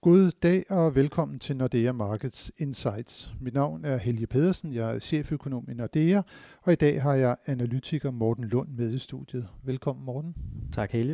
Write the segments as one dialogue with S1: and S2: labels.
S1: God dag og velkommen til Nordea Markets Insights. Mit navn er Helge Pedersen, jeg er cheføkonom i Nordea, og i dag har jeg analytiker Morten Lund med i studiet. Velkommen Morten.
S2: Tak Helge.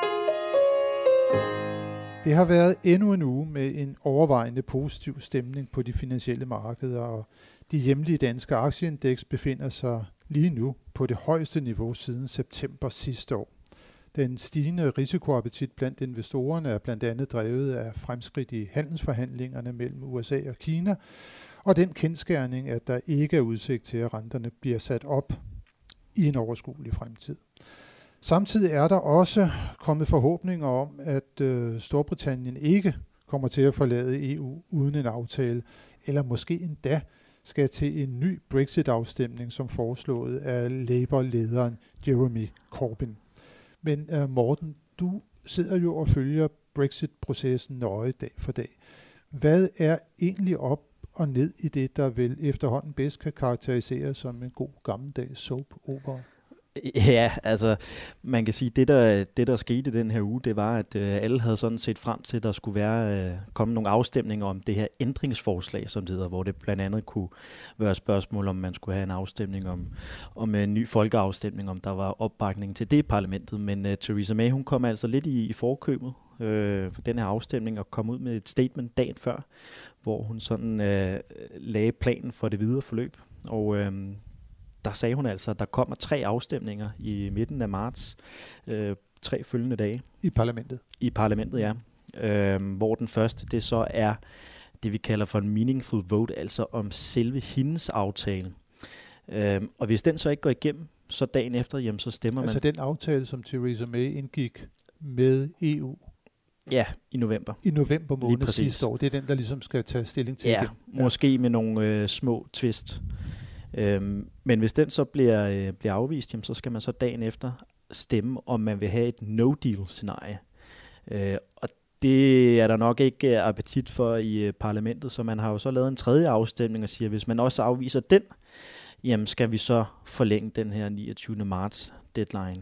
S1: Det har været endnu en uge med en overvejende positiv stemning på de finansielle markeder, og de hjemlige danske aktieindeks befinder sig lige nu på det højeste niveau siden september sidste år. Den stigende risikoappetit blandt investorerne er blandt andet drevet af fremskridt i handelsforhandlingerne mellem USA og Kina, og den kendsgerning, at der ikke er udsigt til, at renterne bliver sat op i en overskuelig fremtid. Samtidig er der også kommet forhåbninger om, at Storbritannien ikke kommer til at forlade EU uden en aftale, eller måske endda skal til en ny Brexit-afstemning, som foreslået af Labour-lederen Jeremy Corbyn. Men Morten, du sidder jo og følger Brexit-processen nøje dag for dag. Hvad er egentlig op og ned i det, der vel efterhånden bedst kan karakteriseres som en god gammeldags soap-opera?
S2: Ja, altså man kan sige, det der skete den her uge, det var, at alle havde sådan set frem til, at der skulle komme nogle afstemninger om det her ændringsforslag, som det hedder, hvor det blandt andet kunne være spørgsmål, om man skulle have en afstemning om en ny folkeafstemning, om der var opbakning til det i parlamentet. Men Theresa May, hun kom altså lidt i forkøbet for den her afstemning og kom ud med et statement dagen før, hvor hun sådan lagde planen for det videre forløb. Og der sagde hun altså, at der kommer 3 afstemninger i midten af marts, 3 følgende dage.
S1: I parlamentet?
S2: I parlamentet, ja. Hvor den første, det så er det, vi kalder for en meaningful vote, altså om selve hendes aftale. Og hvis den så ikke går igennem, så dagen efter, jamen, så stemmer man.
S1: Altså den aftale, som Theresa May indgik med EU?
S2: Ja, i november.
S1: I november måned sidste år. Det er den, der ligesom skal tage stilling til igen.
S2: Måske med nogle små twist. Men hvis den så bliver afvist, jamen, så skal man så dagen efter stemme, om man vil have et no-deal-scenarie. Og det er der nok ikke appetit for i parlamentet, så man har jo så lavet en tredje afstemning og siger, at hvis man også afviser den, jamen skal vi så forlænge den her 29. marts deadline.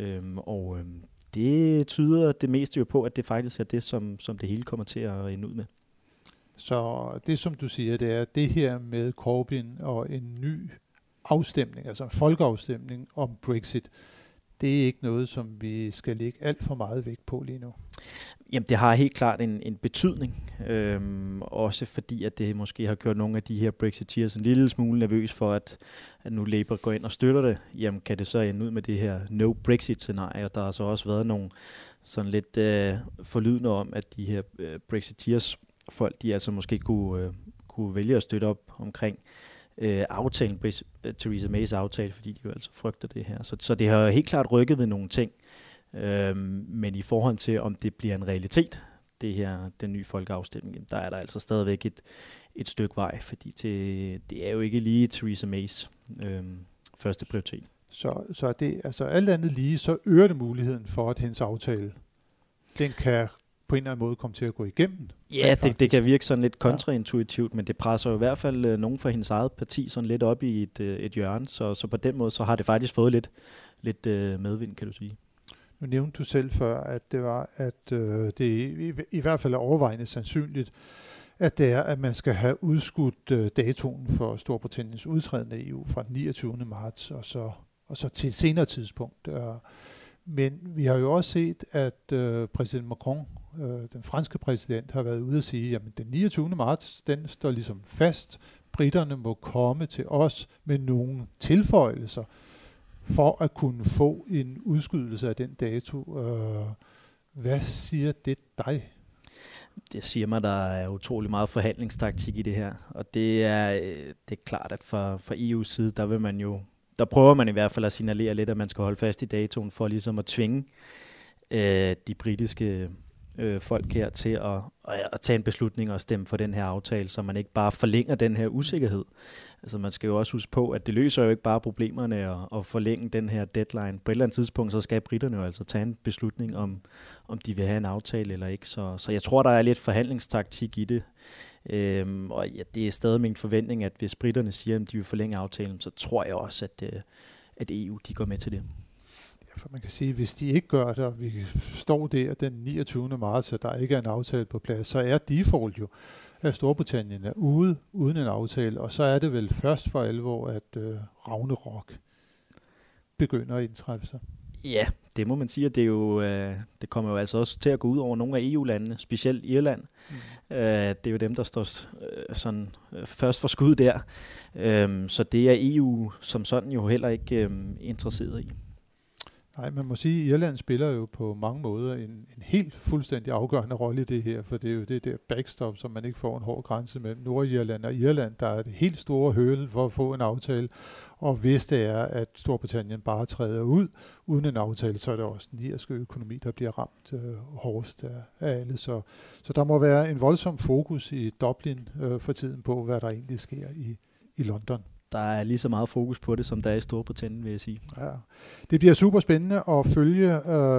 S2: Det tyder det meste jo på, at det faktisk er det, som det hele kommer til at ende ud med.
S1: Så det, som du siger, det er det her med Corbyn og en ny afstemning, altså en folkeafstemning om Brexit, det er ikke noget, som vi skal lægge alt for meget vægt på lige nu.
S2: Jamen, det har helt klart en betydning, også fordi, at det måske har gjort nogle af de her Brexiteers en lille smule nervøs for, at nu Labour går ind og støtter det. Jamen, kan det så ende ud med det her no-Brexit-scenarie? Og der har så også været nogle sådan lidt forlydende om, at de her Brexiteers folk, de altså måske kunne vælge at støtte op omkring aftalen, Theresa Mays aftale, fordi de jo altså frygter det her. Så det har helt klart rykket ved nogle ting. Men i forhold til, om det bliver en realitet, den nye folkeafstemning, der er der altså stadigvæk et stykke vej, fordi det er jo ikke lige Theresa Mays første prioritet.
S1: Så det, altså alt andet lige, så øger det muligheden for, at hendes aftale, den kan på en eller anden måde komme til at gå igennem.
S2: Ja, det kan virke sådan lidt kontraintuitivt, men det presser jo i hvert fald nogen fra hendes eget parti sådan lidt op i et hjørne, så på den måde så har det faktisk fået lidt medvind, kan du sige.
S1: Nu nævnte du selv før, at det var, at det i hvert fald er overvejende sandsynligt, at det er, at man skal have udskudt datoen for Storbritanniens udtræden af EU fra den 29. marts og så til et senere tidspunkt. Men vi har jo også set, at præsident Macron, den franske præsident, har været ude at sige, at den 29. marts, den står ligesom fast. Briterne må komme til os med nogle tilføjelser for at kunne få en udskydelse af den dato. Hvad siger det dig?
S2: Det siger mig, der er utrolig meget forhandlingstaktik i det her. Og det er klart, at fra EU's side, der prøver man i hvert fald at signalere lidt, at man skal holde fast i datoen for ligesom at tvinge de britiske folk her til at tage en beslutning og stemme for den her aftale, så man ikke bare forlænger den her usikkerhed. Altså man skal jo også huske på, at det løser jo ikke bare problemerne at forlænge den her deadline. På et eller andet tidspunkt, så skal briterne jo altså tage en beslutning om de vil have en aftale eller ikke. Så jeg tror, der er lidt forhandlingstaktik i det. Og ja, det er stadig min forventning, at hvis briterne siger, at de vil forlænge aftalen, så tror jeg også, at EU de går med til det.
S1: for man kan sige, hvis de ikke gør det, og vi står der den 29. marts, og der ikke er en aftale på plads, så er default jo, at Storbritannien er ude uden en aftale, og så er det vel først for alvor, at Ragnarok begynder at indtræffe sig.
S2: Ja, det må man sige, at det, er jo, det kommer jo altså også til at gå ud over nogle af EU-landene, specielt Irland. Det er jo dem, der står sådan først for skud der. Så det er EU som sådan jo heller ikke interesseret i.
S1: Nej, man må sige, at Irland spiller jo på mange måder en helt fuldstændig afgørende rolle i det her, for det er jo det der backstop, som man ikke får en hård grænse mellem Nordirland og Irland. Der er det helt store høle for at få en aftale, og hvis det er, at Storbritannien bare træder ud uden en aftale, så er det også den irske økonomi, der bliver ramt hårdest af alle. Så der må være en voldsom fokus i Dublin for tiden på, hvad der egentlig sker i London.
S2: Der er lige så meget fokus på det, som der er i Storbritannien, vil jeg sige.
S1: Ja. Det bliver super spændende at følge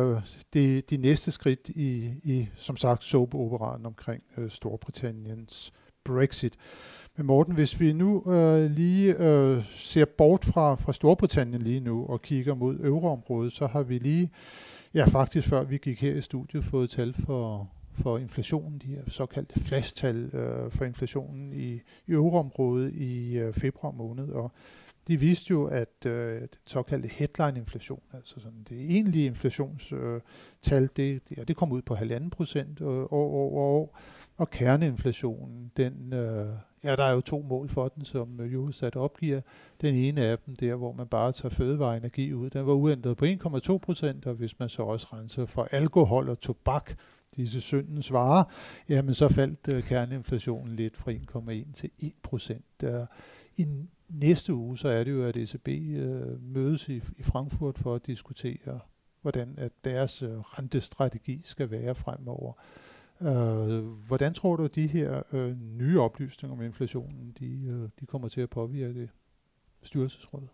S1: de næste skridt i som sagt, soap-operaen omkring Storbritanniens Brexit. Men Morten, hvis vi nu lige ser bort fra Storbritannien lige nu og kigger mod euroområdet, så har vi lige, faktisk før vi gik her i studiet, fået tal for inflationen, de her såkaldte flashtal for inflationen i euroområdet i februar måned, og de viste jo, at den såkaldte headline-inflation, altså sådan det egentlige inflationstal, det kom ud på 1,5% år, og kerneinflationen, den, der er jo 2 mål for den, som Eurostat opgiver. Den ene af dem, der hvor man bare tager fødevareenergi ud, den var uændret på 1,2%, og hvis man så også renser for alkohol og tobak, disse syndens varer, jamen så faldt kerneinflationen lidt fra 1,1 til 1%. I næste uge, så er det jo, at ECB mødes i Frankfurt for at diskutere, hvordan at deres rentestrategi skal være fremover. Hvordan tror du, at de her nye oplysninger om inflationen, de kommer til at påvirke styrelsesrådet?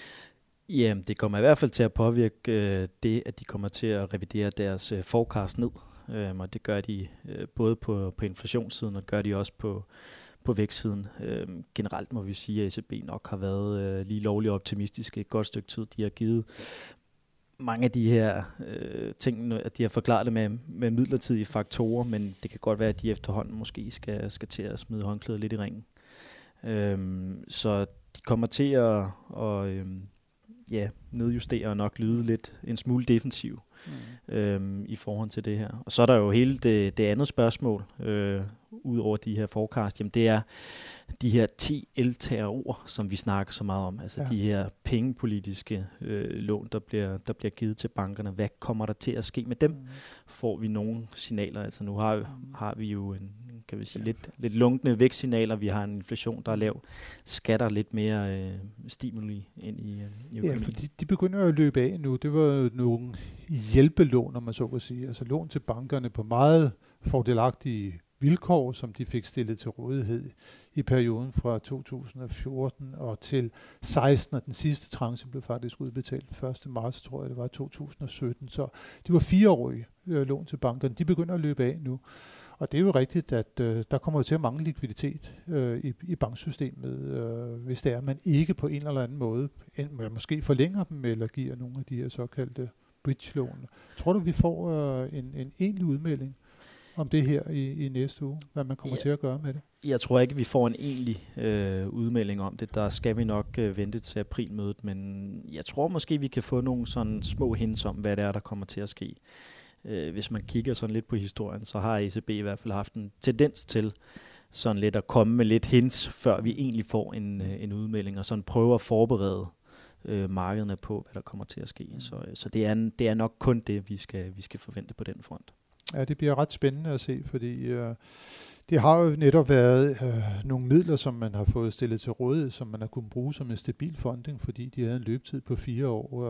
S2: Ja, det kommer i hvert fald til at påvirke det, at de kommer til at revidere deres forecast ned. Og det gør de både på inflationssiden, og det gør de også på vækstsiden. Generelt må vi sige, at ECB nok har været lige lovligt optimistiske et godt stykke tid. De har givet mange af de her ting, at de har forklaret det med midlertidige faktorer, men det kan godt være, at de efterhånden måske skal til at smide håndklædet lidt i ringen. Så de kommer til at nedjustere og nok lyde lidt en smule defensiv i forhold til det her. Og så er der jo hele det andet spørgsmål, ud over de her forecast, jamen det er de her TLTRO'er, som vi snakker så meget om, altså de her pengepolitiske lån, der bliver givet til bankerne. Hvad kommer der til at ske med dem? Får vi nogle signaler? Altså nu har vi jo kan vi sige, lidt lunkne vækstsignaler, vi har en inflation, der er lav. Skal der lidt mere stimuli ind i økonomien?
S1: Ja, for de begynder at løbe af nu. Det var jo nogle hjælpelån, om man så kan sige, altså lån til bankerne på meget fordelagtige vilkår, som de fik stillet til rådighed i perioden fra 2014 og til 16, og den sidste tranche blev faktisk udbetalt 1. marts, tror jeg det var, 2017. Så de var 4-årige lån til bankerne. De begynder at løbe af nu. Og det er jo rigtigt, at der kommer til at mangle likviditet i banksystemet, hvis det er, at man ikke på en eller anden måde måske forlænger dem, eller giver nogle af de her såkaldte bridge-lån. Tror du, vi får en egentlig udmelding om det her i næste uge, hvad man kommer til at gøre med det?
S2: Jeg tror ikke, vi får en egentlig udmelding om det. Der skal vi nok vente til aprilmødet, men jeg tror måske, vi kan få nogle sådan små hints om, hvad det er, der kommer til at ske. Hvis man kigger sådan lidt på historien, så har ECB i hvert fald haft en tendens til sådan lidt at komme med lidt hints, før vi egentlig får en udmelding, og sådan prøve at forberede markederne på, hvad der kommer til at ske. Så det er nok kun det, vi skal forvente på den front.
S1: Ja, det bliver ret spændende at se, fordi det har jo netop været nogle midler, som man har fået stillet til rådighed, som man har kunnet bruge som en stabil funding, fordi de havde en løbetid på 4 år,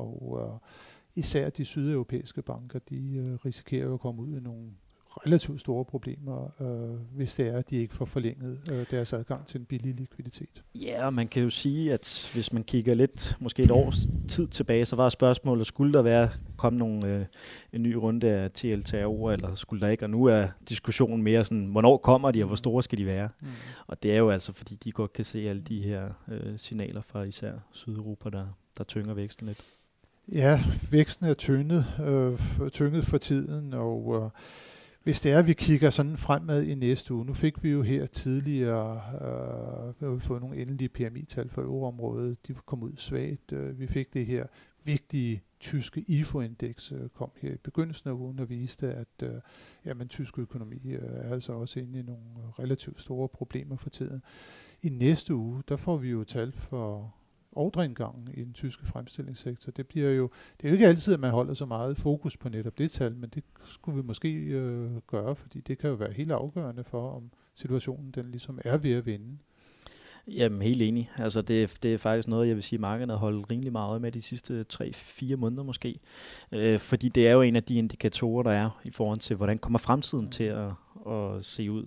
S1: og især de sydeuropæiske banker, de risikerer jo at komme ud i nogle relativt store problemer, hvis det er, at de ikke får forlænget deres adgang til en billig likviditet.
S2: Ja, og man kan jo sige, at hvis man kigger lidt, måske et års tid tilbage, så var spørgsmålet, skulle der komme en ny runde af TLTRO, eller skulle der ikke? Og nu er diskussionen mere sådan, hvornår kommer de, og hvor store skal de være? Og det er jo altså, fordi de godt kan se alle de her signaler fra især Sydeuropa, der tynger væksten lidt.
S1: Ja, væksten er tynget for tiden, og hvis det er, at vi kigger sådan fremad i næste uge, nu fik vi jo her tidligere fået nogle endelige PMI-tal for euroområdet, de kom ud svagt. Vi fik det her vigtige tyske IFO-indeks, kom her i begyndelsen af ugen og viste, at tysk økonomi er altså også inde i nogle relativt store problemer for tiden. I næste uge, der får vi jo tal for ordreindgangen i den tyske fremstillingssektor. Det er jo ikke altid, at man holder så meget fokus på netop det tal, men det skulle vi måske gøre, fordi det kan jo være helt afgørende for, om situationen den ligesom er ved at vende.
S2: Jamen, helt enig. Altså, det er faktisk noget, jeg vil sige, markedet har holdt rimelig meget øje med de sidste 3-4 måneder måske. Fordi det er jo en af de indikatorer, der er i forhold til, hvordan kommer fremtiden til at se ud.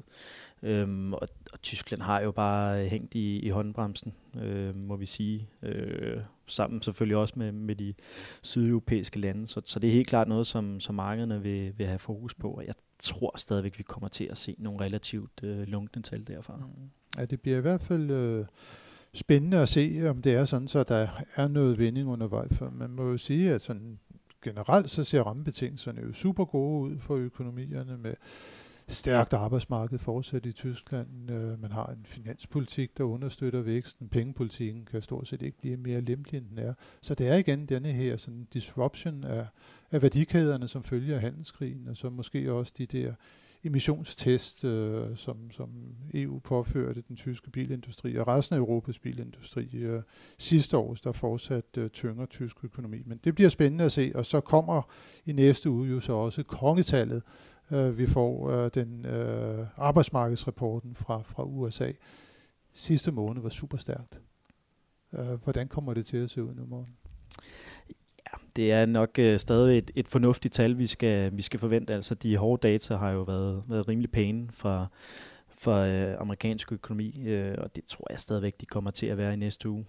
S2: Og Tyskland har jo bare hængt i håndbremsen, må vi sige. Sammen selvfølgelig også med de sydeuropæiske lande. Så det er helt klart noget, som markederne vil have fokus på. Og jeg tror stadigvæk, vi kommer til at se nogle relativt lunkne tal derfra.
S1: Ja, det bliver i hvert fald spændende at se, om det er sådan, så der er noget vending undervejs. For man må jo sige, at sådan generelt så ser rammebetingelserne jo super gode ud for økonomierne med stærkt arbejdsmarked fortsat i Tyskland. Man har en finanspolitik, der understøtter væksten. Pengepolitikken kan stort set ikke blive mere lempelig, end den er. Så det er igen denne her sådan disruption af værdikæderne, som følger handelskrigen, og så måske også de der emissionstest, som EU påførte den tyske bilindustri og resten af Europas bilindustri sidste år, der fortsat tynger tysk økonomi. Men det bliver spændende at se, og så kommer i næste uge jo så også kongetallet. Vi får den arbejdsmarkedsrapporten fra USA. Sidste måned var super stærkt. Hvordan kommer det til at se ud nu, Morten?
S2: Ja, det er nok stadig et fornuftigt tal, vi skal forvente. Altså, de hårde data har jo været rimelig pæne for amerikansk økonomi, og det tror jeg stadigvæk, de kommer til at være i næste uge.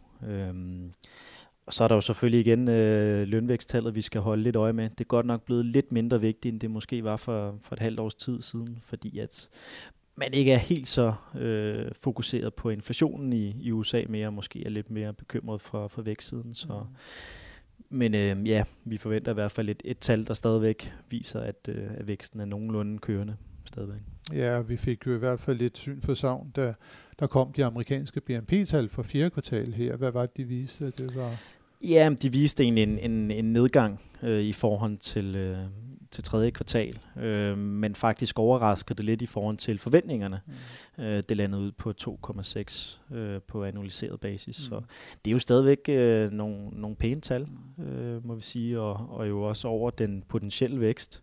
S2: Og så er der jo selvfølgelig igen lønvæksttallet, vi skal holde lidt øje med. Det er godt nok blevet lidt mindre vigtigt, end det måske var for et halvt års tid siden, fordi at man ikke er helt så fokuseret på inflationen i USA mere, og måske er lidt mere bekymret for vækstsiden. Så. Men vi forventer i hvert fald et tal, der stadigvæk viser, at væksten er nogenlunde kørende stadigvæk. Ja,
S1: vi fik jo i hvert fald lidt syn for savn, da der kom de amerikanske BNP-tal for 4. kvartal her. Hvad var det, de viste? Det var...
S2: Ja, de viste egentlig en nedgang i forhold til 3. kvartal, men faktisk overraskede det lidt i forhold til forventningerne. Det landede ud på 2,6 på analyseret basis. Så det er jo stadigvæk nogle pæne tal, må vi sige, og jo også over den potentielle vækst.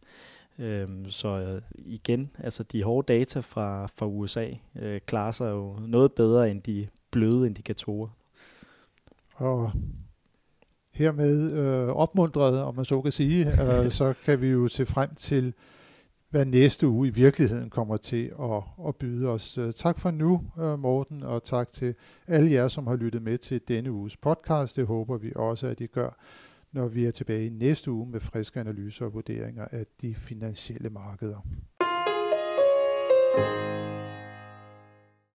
S2: Så igen, altså de hårde data fra USA klarer sig jo noget bedre end de bløde indikatorer.
S1: Og hermed opmuntret, om man så kan sige, så kan vi jo se frem til, hvad næste uge i virkeligheden kommer til at byde os. Tak for nu, Morten, og tak til alle jer, som har lyttet med til denne uges podcast. Det håber vi også, at I gør, når vi er tilbage i næste uge med friske analyser og vurderinger af de finansielle markeder.